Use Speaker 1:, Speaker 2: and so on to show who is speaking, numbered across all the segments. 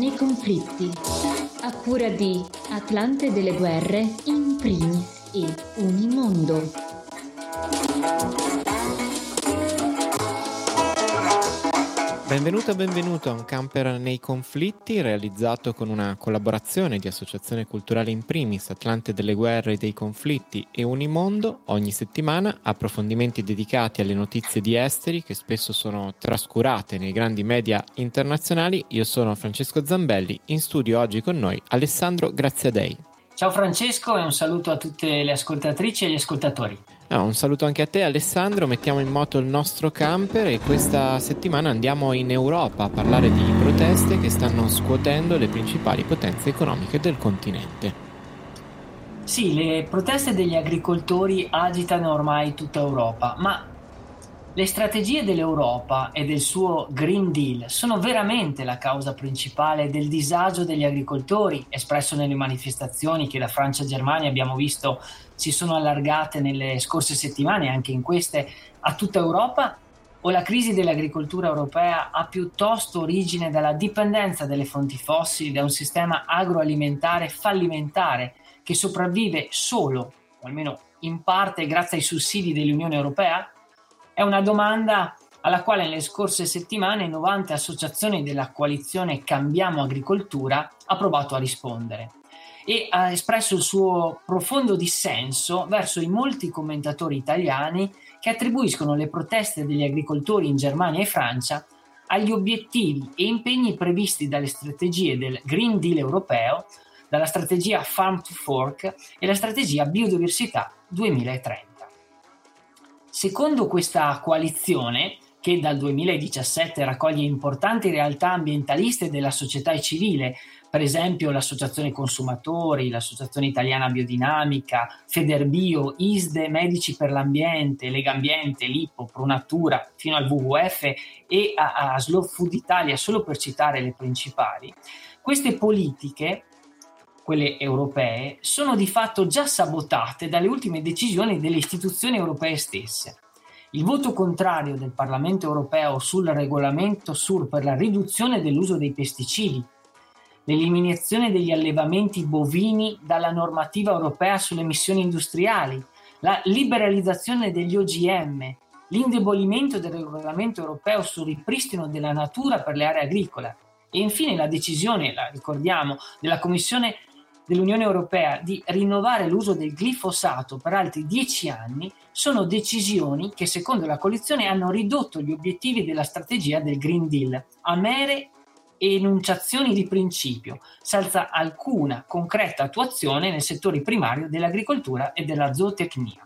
Speaker 1: nei conflitti, a cura di Atlante delle Guerre, in primis e Unimondo.
Speaker 2: Benvenuto a Un camper nei conflitti, realizzato con una collaborazione di Associazione Culturale in primis, Atlante delle Guerre e dei Conflitti e Unimondo. Ogni settimana approfondimenti dedicati alle notizie di esteri che spesso sono trascurate nei grandi media internazionali. Io sono Francesco Zambelli, in studio oggi con noi Alessandro Graziadei.
Speaker 3: Ciao Francesco e un saluto a tutte le ascoltatrici e gli ascoltatori.
Speaker 2: Un saluto anche a te Alessandro, mettiamo in moto il nostro camper e questa settimana andiamo in Europa a parlare di proteste che stanno scuotendo le principali potenze economiche del continente.
Speaker 3: Sì, le proteste degli agricoltori agitano ormai tutta Europa, ma le strategie dell'Europa e del suo Green Deal sono veramente la causa principale del disagio degli agricoltori, espresso nelle manifestazioni che da Francia e Germania abbiamo visto si sono allargate nelle scorse settimane, anche in queste, a tutta Europa? O la crisi dell'agricoltura europea ha piuttosto origine dalla dipendenza dalle fonti fossili, da un sistema agroalimentare fallimentare che sopravvive solo, o almeno in parte, grazie ai sussidi dell'Unione Europea? È una domanda alla quale nelle scorse settimane 90 associazioni della coalizione Cambiamo Agricoltura ha provato a rispondere e ha espresso il suo profondo dissenso verso i molti commentatori italiani che attribuiscono le proteste degli agricoltori in Germania e Francia agli obiettivi e impegni previsti dalle strategie del Green Deal europeo, dalla strategia Farm to Fork e la strategia Biodiversità 2030. Secondo questa coalizione, che dal 2017 raccoglie importanti realtà ambientaliste della società civile, per esempio l'Associazione Consumatori, l'Associazione Italiana Biodinamica, Federbio, ISDE, Medici per l'Ambiente, Legambiente, Lippo, Pronatura, fino al WWF e a Slow Food Italia, solo per citare le principali, queste politiche, quelle europee, sono di fatto già sabotate dalle ultime decisioni delle istituzioni europee stesse. Il voto contrario del Parlamento europeo sul regolamento SUR per la riduzione dell'uso dei pesticidi, l'eliminazione degli allevamenti bovini dalla normativa europea sulle emissioni industriali, la liberalizzazione degli OGM, l'indebolimento del regolamento europeo sul ripristino della natura per le aree agricole e infine la decisione, la ricordiamo, della Commissione dell'Unione Europea di rinnovare l'uso del glifosato per altri 10 anni sono decisioni che secondo la coalizione hanno ridotto gli obiettivi della strategia del Green Deal a mere enunciazioni di principio, senza alcuna concreta attuazione nel settore primario dell'agricoltura e della zootecnia.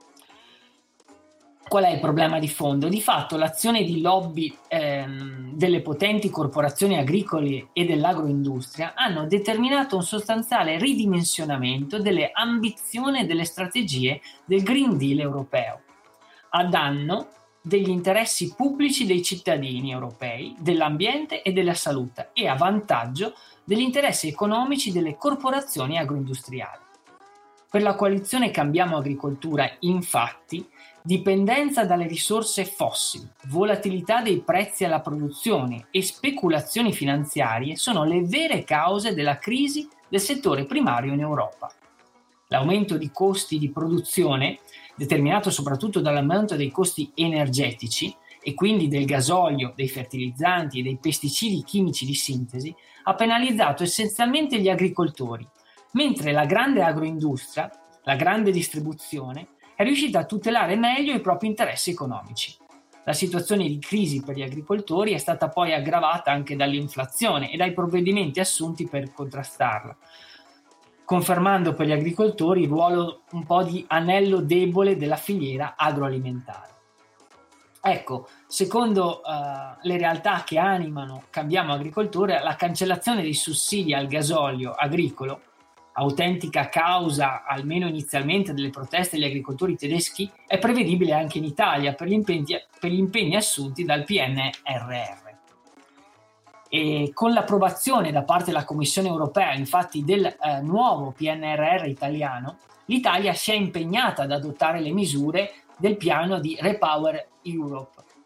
Speaker 3: Qual è il problema di fondo? Di fatto l'azione di lobby delle potenti corporazioni agricole e dell'agroindustria hanno determinato un sostanziale ridimensionamento delle ambizioni e delle strategie del Green Deal europeo, a danno degli interessi pubblici dei cittadini europei, dell'ambiente e della salute e a vantaggio degli interessi economici delle corporazioni agroindustriali. Per la coalizione Cambiamo Agricoltura, infatti, dipendenza dalle risorse fossili, volatilità dei prezzi alla produzione e speculazioni finanziarie sono le vere cause della crisi del settore primario in Europa. L'aumento di costi di produzione, determinato soprattutto dall'aumento dei costi energetici e quindi del gasolio, dei fertilizzanti e dei pesticidi chimici di sintesi, ha penalizzato essenzialmente gli agricoltori, mentre la grande agroindustria, la grande distribuzione, è riuscita a tutelare meglio i propri interessi economici. La situazione di crisi per gli agricoltori è stata poi aggravata anche dall'inflazione e dai provvedimenti assunti per contrastarla, confermando per gli agricoltori il ruolo un po' di anello debole della filiera agroalimentare. Ecco, secondo le realtà che animano Cambiamo Agricoltura, la cancellazione dei sussidi al gasolio agricolo, autentica causa, almeno inizialmente, delle proteste degli agricoltori tedeschi, è prevedibile anche in Italia per gli impegni assunti dal PNRR. E con l'approvazione da parte della Commissione europea, infatti, del nuovo PNRR italiano, l'Italia si è impegnata ad adottare le misure del piano di Repower Europe,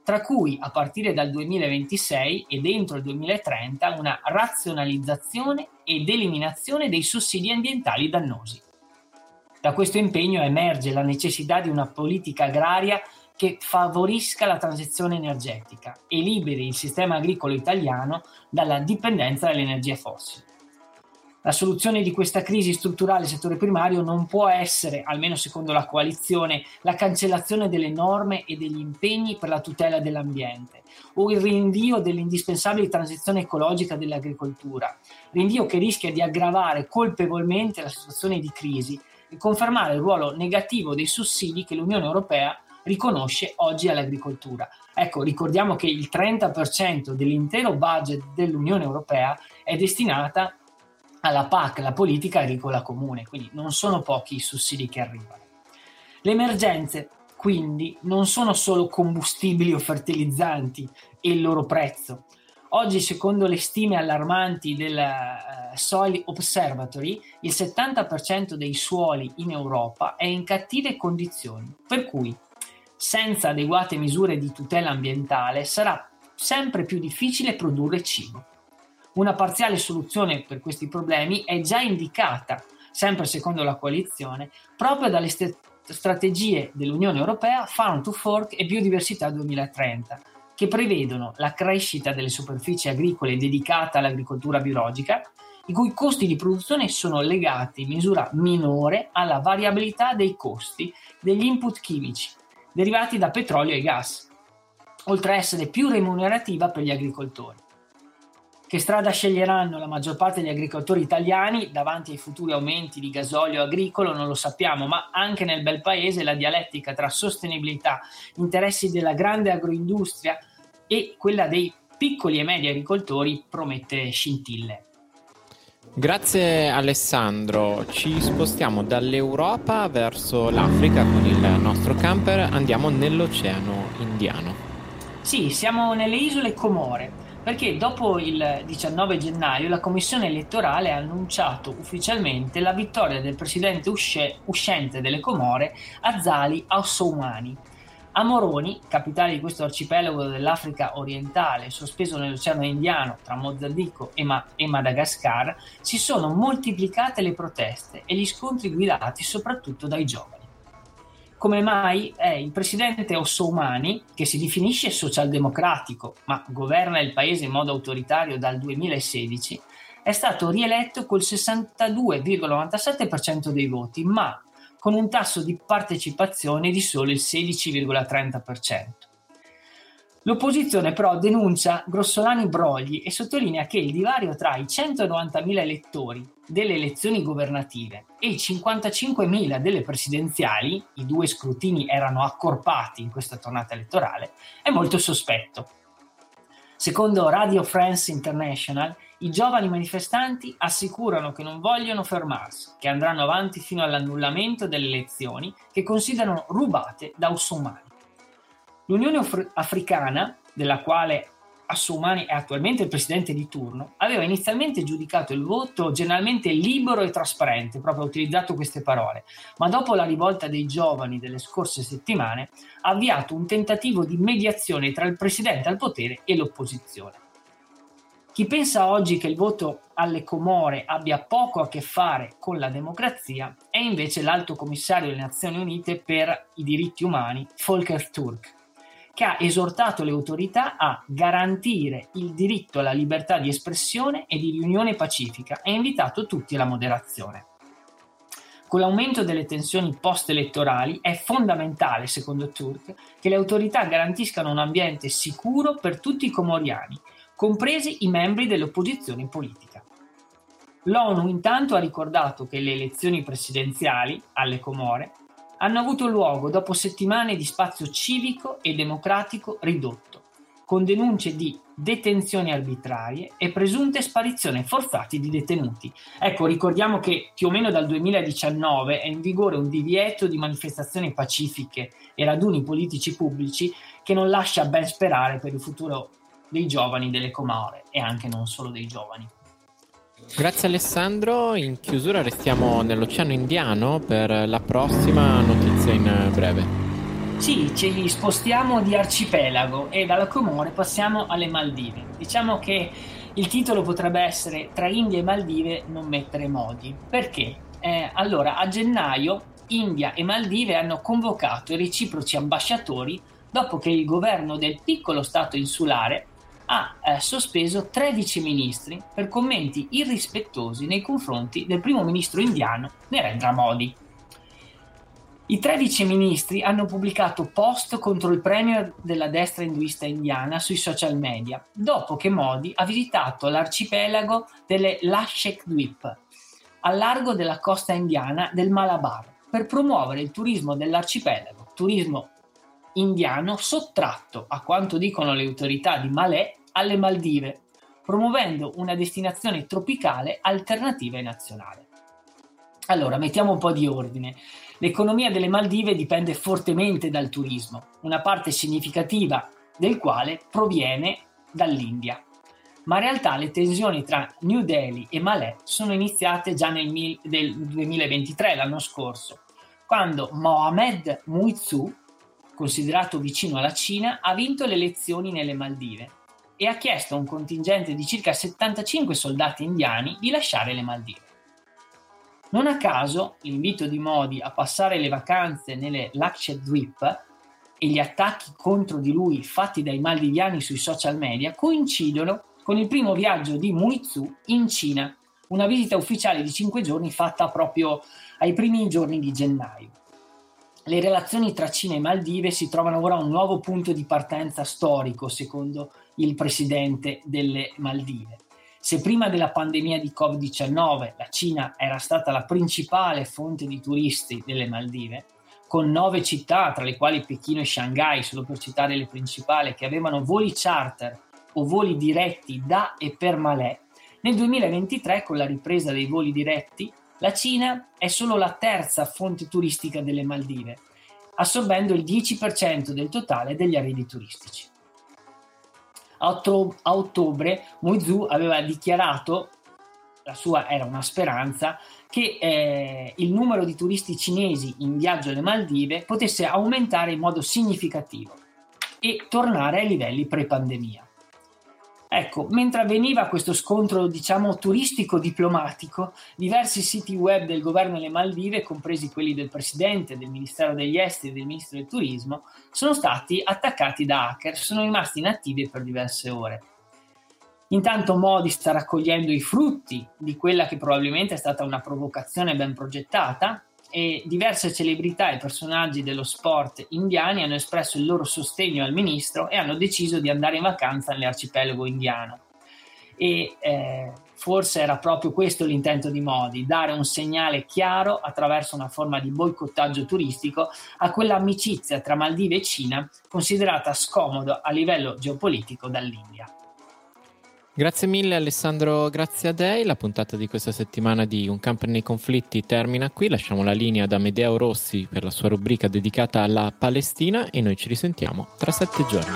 Speaker 3: tra cui a partire dal 2026 e dentro il 2030 una razionalizzazione ed eliminazione dei sussidi ambientali dannosi. Da questo impegno emerge la necessità di una politica agraria che favorisca la transizione energetica e liberi il sistema agricolo italiano dalla dipendenza dalle energie fossili. La soluzione di questa crisi strutturale del settore primario non può essere, almeno secondo la coalizione, la cancellazione delle norme e degli impegni per la tutela dell'ambiente o il rinvio dell'indispensabile transizione ecologica dell'agricoltura, rinvio che rischia di aggravare colpevolmente la situazione di crisi e confermare il ruolo negativo dei sussidi che l'Unione Europea riconosce oggi all'agricoltura. Ecco, ricordiamo che il 30% dell'intero budget dell'Unione Europea è destinata alla PAC, la politica agricola comune, quindi non sono pochi i sussidi che arrivano. Le emergenze, quindi, non sono solo combustibili o fertilizzanti e il loro prezzo. Oggi, secondo le stime allarmanti del Soil Observatory, il 70% dei suoli in Europa è in cattive condizioni, per cui senza adeguate misure di tutela ambientale sarà sempre più difficile produrre cibo. Una parziale soluzione per questi problemi è già indicata, sempre secondo la coalizione, proprio dalle strategie dell'Unione Europea Farm to Fork e Biodiversità 2030, che prevedono la crescita delle superfici agricole dedicate all'agricoltura biologica, i cui costi di produzione sono legati in misura minore alla variabilità dei costi degli input chimici derivati da petrolio e gas, oltre a essere più remunerativa per gli agricoltori. Che strada sceglieranno la maggior parte degli agricoltori italiani davanti ai futuri aumenti di gasolio agricolo non lo sappiamo, ma anche nel bel paese la dialettica tra sostenibilità, interessi della grande agroindustria e quella dei piccoli e medi agricoltori promette scintille.
Speaker 2: Grazie Alessandro, ci spostiamo dall'Europa verso l'Africa con il nostro camper, andiamo nell'Oceano Indiano.
Speaker 3: Sì, siamo nelle isole Comore, perché dopo il 19 gennaio la Commissione elettorale ha annunciato ufficialmente la vittoria del presidente uscente delle Comore, Azali Assoumani. A Moroni, capitale di questo arcipelago dell'Africa orientale, sospeso nell'Oceano Indiano tra Mozambico e Madagascar, si sono moltiplicate le proteste e gli scontri guidati soprattutto dai giovani. Come mai il presidente Assoumani, che si definisce socialdemocratico ma governa il paese in modo autoritario dal 2016, è stato rieletto col 62,97% dei voti, ma con un tasso di partecipazione di solo il 16,30%. L'opposizione però denuncia grossolani brogli e sottolinea che il divario tra i 190.000 elettori delle elezioni governative e i 55.000 delle presidenziali, i due scrutini erano accorpati in questa tornata elettorale, è molto sospetto. Secondo Radio France International, i giovani manifestanti assicurano che non vogliono fermarsi, che andranno avanti fino all'annullamento delle elezioni che considerano rubate da Assoumani. L'Unione Africana, della quale Assoumani è attualmente il presidente di turno, aveva inizialmente giudicato il voto generalmente libero e trasparente, proprio ha utilizzato queste parole, ma dopo la rivolta dei giovani delle scorse settimane ha avviato un tentativo di mediazione tra il presidente al potere e l'opposizione. Chi pensa oggi che il voto alle Comore abbia poco a che fare con la democrazia è invece l'Alto Commissario delle Nazioni Unite per i diritti umani, Volker Turk, che ha esortato le autorità a garantire il diritto alla libertà di espressione e di riunione pacifica e ha invitato tutti alla moderazione. Con l'aumento delle tensioni post-elettorali è fondamentale, secondo Turk, che le autorità garantiscano un ambiente sicuro per tutti i comoriani, compresi i membri dell'opposizione politica. L'ONU intanto ha ricordato che le elezioni presidenziali alle Comore hanno avuto luogo dopo settimane di spazio civico e democratico ridotto, con denunce di detenzioni arbitrarie e presunte sparizioni forzate di detenuti. Ecco, ricordiamo che più o meno dal 2019 è in vigore un divieto di manifestazioni pacifiche e raduni politici pubblici che non lascia ben sperare per il futuro dei giovani delle Comore e anche non solo dei giovani.
Speaker 2: Grazie Alessandro, in chiusura restiamo nell'Oceano Indiano per la prossima notizia in breve.
Speaker 3: Sì, ci spostiamo di arcipelago e dalla Comore passiamo alle Maldive. Diciamo che il titolo potrebbe essere Tra India e Maldive non mettere modi. Perché? Allora, a gennaio India e Maldive hanno convocato i reciproci ambasciatori dopo che il governo del piccolo stato insulare ha sospeso 3 viceministri per commenti irrispettosi nei confronti del primo ministro indiano Narendra Modi. I 3 viceministri hanno pubblicato post contro il premier della destra induista indiana sui social media, dopo che Modi ha visitato l'arcipelago delle Lakshadweep, al largo della costa indiana del Malabar, per promuovere il turismo dell'arcipelago, turismo indiano sottratto, a quanto dicono le autorità di Malé, alle Maldive, promuovendo una destinazione tropicale alternativa e nazionale. Allora, mettiamo un po' di ordine. L'economia delle Maldive dipende fortemente dal turismo, una parte significativa del quale proviene dall'India. Ma in realtà le tensioni tra New Delhi e Malé sono iniziate già nel 2023, l'anno scorso, quando Mohammed Muizzu, considerato vicino alla Cina, ha vinto le elezioni nelle Maldive e ha chiesto a un contingente di circa 75 soldati indiani di lasciare le Maldive. Non a caso l'invito di Modi a passare le vacanze nelle Lakshadweep e gli attacchi contro di lui fatti dai maldiviani sui social media coincidono con il primo viaggio di Muizzu in Cina, una visita ufficiale di 5 giorni fatta proprio ai primi giorni di gennaio. Le relazioni tra Cina e Maldive si trovano ora a un nuovo punto di partenza storico, secondo il presidente delle Maldive. Se prima della pandemia di Covid-19 la Cina era stata la principale fonte di turisti delle Maldive, con 9 città, tra le quali Pechino e Shanghai, solo per citare le principali, che avevano voli charter o voli diretti da e per Malé, nel 2023, con la ripresa dei voli diretti, la Cina è solo la terza fonte turistica delle Maldive, assorbendo il 10% del totale degli arrivi turistici. A ottobre Muizzu aveva dichiarato, la sua era una speranza, che il numero di turisti cinesi in viaggio alle Maldive potesse aumentare in modo significativo e tornare ai livelli pre-pandemia. Ecco, mentre avveniva questo scontro, diciamo, turistico-diplomatico, diversi siti web del governo delle Maldive, compresi quelli del presidente, del Ministero degli Esteri e del Ministro del Turismo, sono stati attaccati da hacker e sono rimasti inattivi per diverse ore. Intanto Modi sta raccogliendo i frutti di quella che probabilmente è stata una provocazione ben progettata, e diverse celebrità e personaggi dello sport indiani hanno espresso il loro sostegno al ministro e hanno deciso di andare in vacanza nell'arcipelago indiano. E forse era proprio questo l'intento di Modi, dare un segnale chiaro attraverso una forma di boicottaggio turistico a quell'amicizia tra Maldive e Cina considerata scomoda a livello geopolitico dall'India.
Speaker 2: Grazie mille Alessandro, grazie a te. La puntata di questa settimana di Un camper nei conflitti termina qui. Lasciamo la linea ad Amedeo Rossi per la sua rubrica dedicata alla Palestina e noi ci risentiamo tra 7 giorni.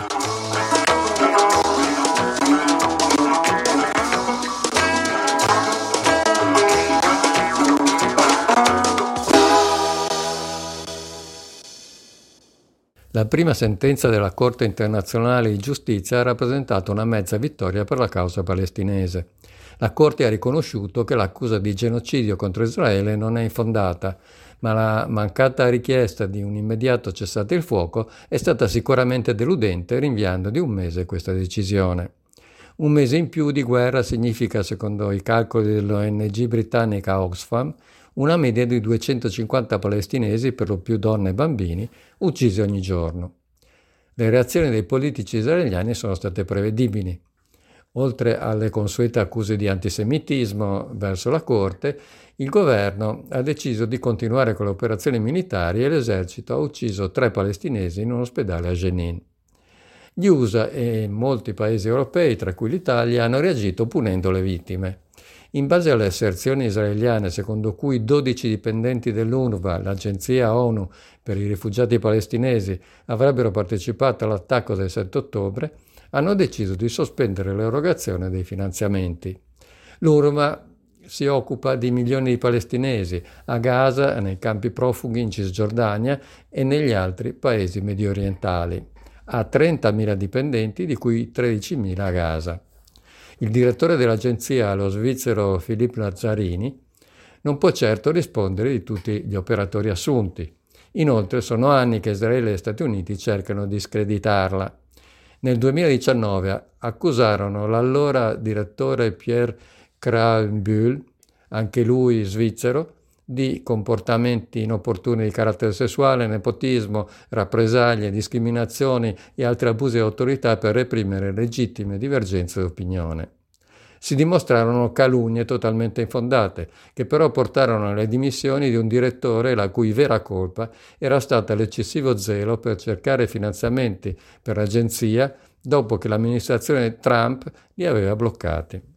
Speaker 4: La prima sentenza della Corte internazionale di giustizia ha rappresentato una mezza vittoria per la causa palestinese. La Corte ha riconosciuto che l'accusa di genocidio contro Israele non è infondata, ma la mancata richiesta di un immediato cessate il fuoco è stata sicuramente deludente, rinviando di un mese questa decisione. Un mese in più di guerra significa, secondo i calcoli dell'ONG britannica Oxfam, una media di 250 palestinesi, per lo più donne e bambini, uccisi ogni giorno. Le reazioni dei politici israeliani sono state prevedibili. Oltre alle consuete accuse di antisemitismo verso la Corte, il governo ha deciso di continuare con le operazioni militari e l'esercito ha ucciso 3 palestinesi in un ospedale a Jenin. Gli USA e molti paesi europei, tra cui l'Italia, hanno reagito punendo le vittime. In base alle asserzioni israeliane, secondo cui 12 dipendenti dell'UNRWA, l'agenzia ONU per i rifugiati palestinesi, avrebbero partecipato all'attacco del 7 ottobre, hanno deciso di sospendere l'erogazione dei finanziamenti. L'UNRWA si occupa di milioni di palestinesi a Gaza, nei campi profughi in Cisgiordania e negli altri paesi mediorientali. Ha 30.000 dipendenti, di cui 13.000 a Gaza. Il direttore dell'agenzia, lo svizzero Philippe Lazzarini, non può certo rispondere di tutti gli operatori assunti. Inoltre sono anni che Israele e Stati Uniti cercano di screditarla. Nel 2019 accusarono l'allora direttore Pierre Krahenbuhl, anche lui svizzero, di comportamenti inopportuni di carattere sessuale, nepotismo, rappresaglie, discriminazioni e altri abusi di autorità per reprimere legittime divergenze d'opinione. Si dimostrarono calunnie totalmente infondate, che però portarono alle dimissioni di un direttore la cui vera colpa era stata l'eccessivo zelo per cercare finanziamenti per l'agenzia dopo che l'amministrazione Trump li aveva bloccati.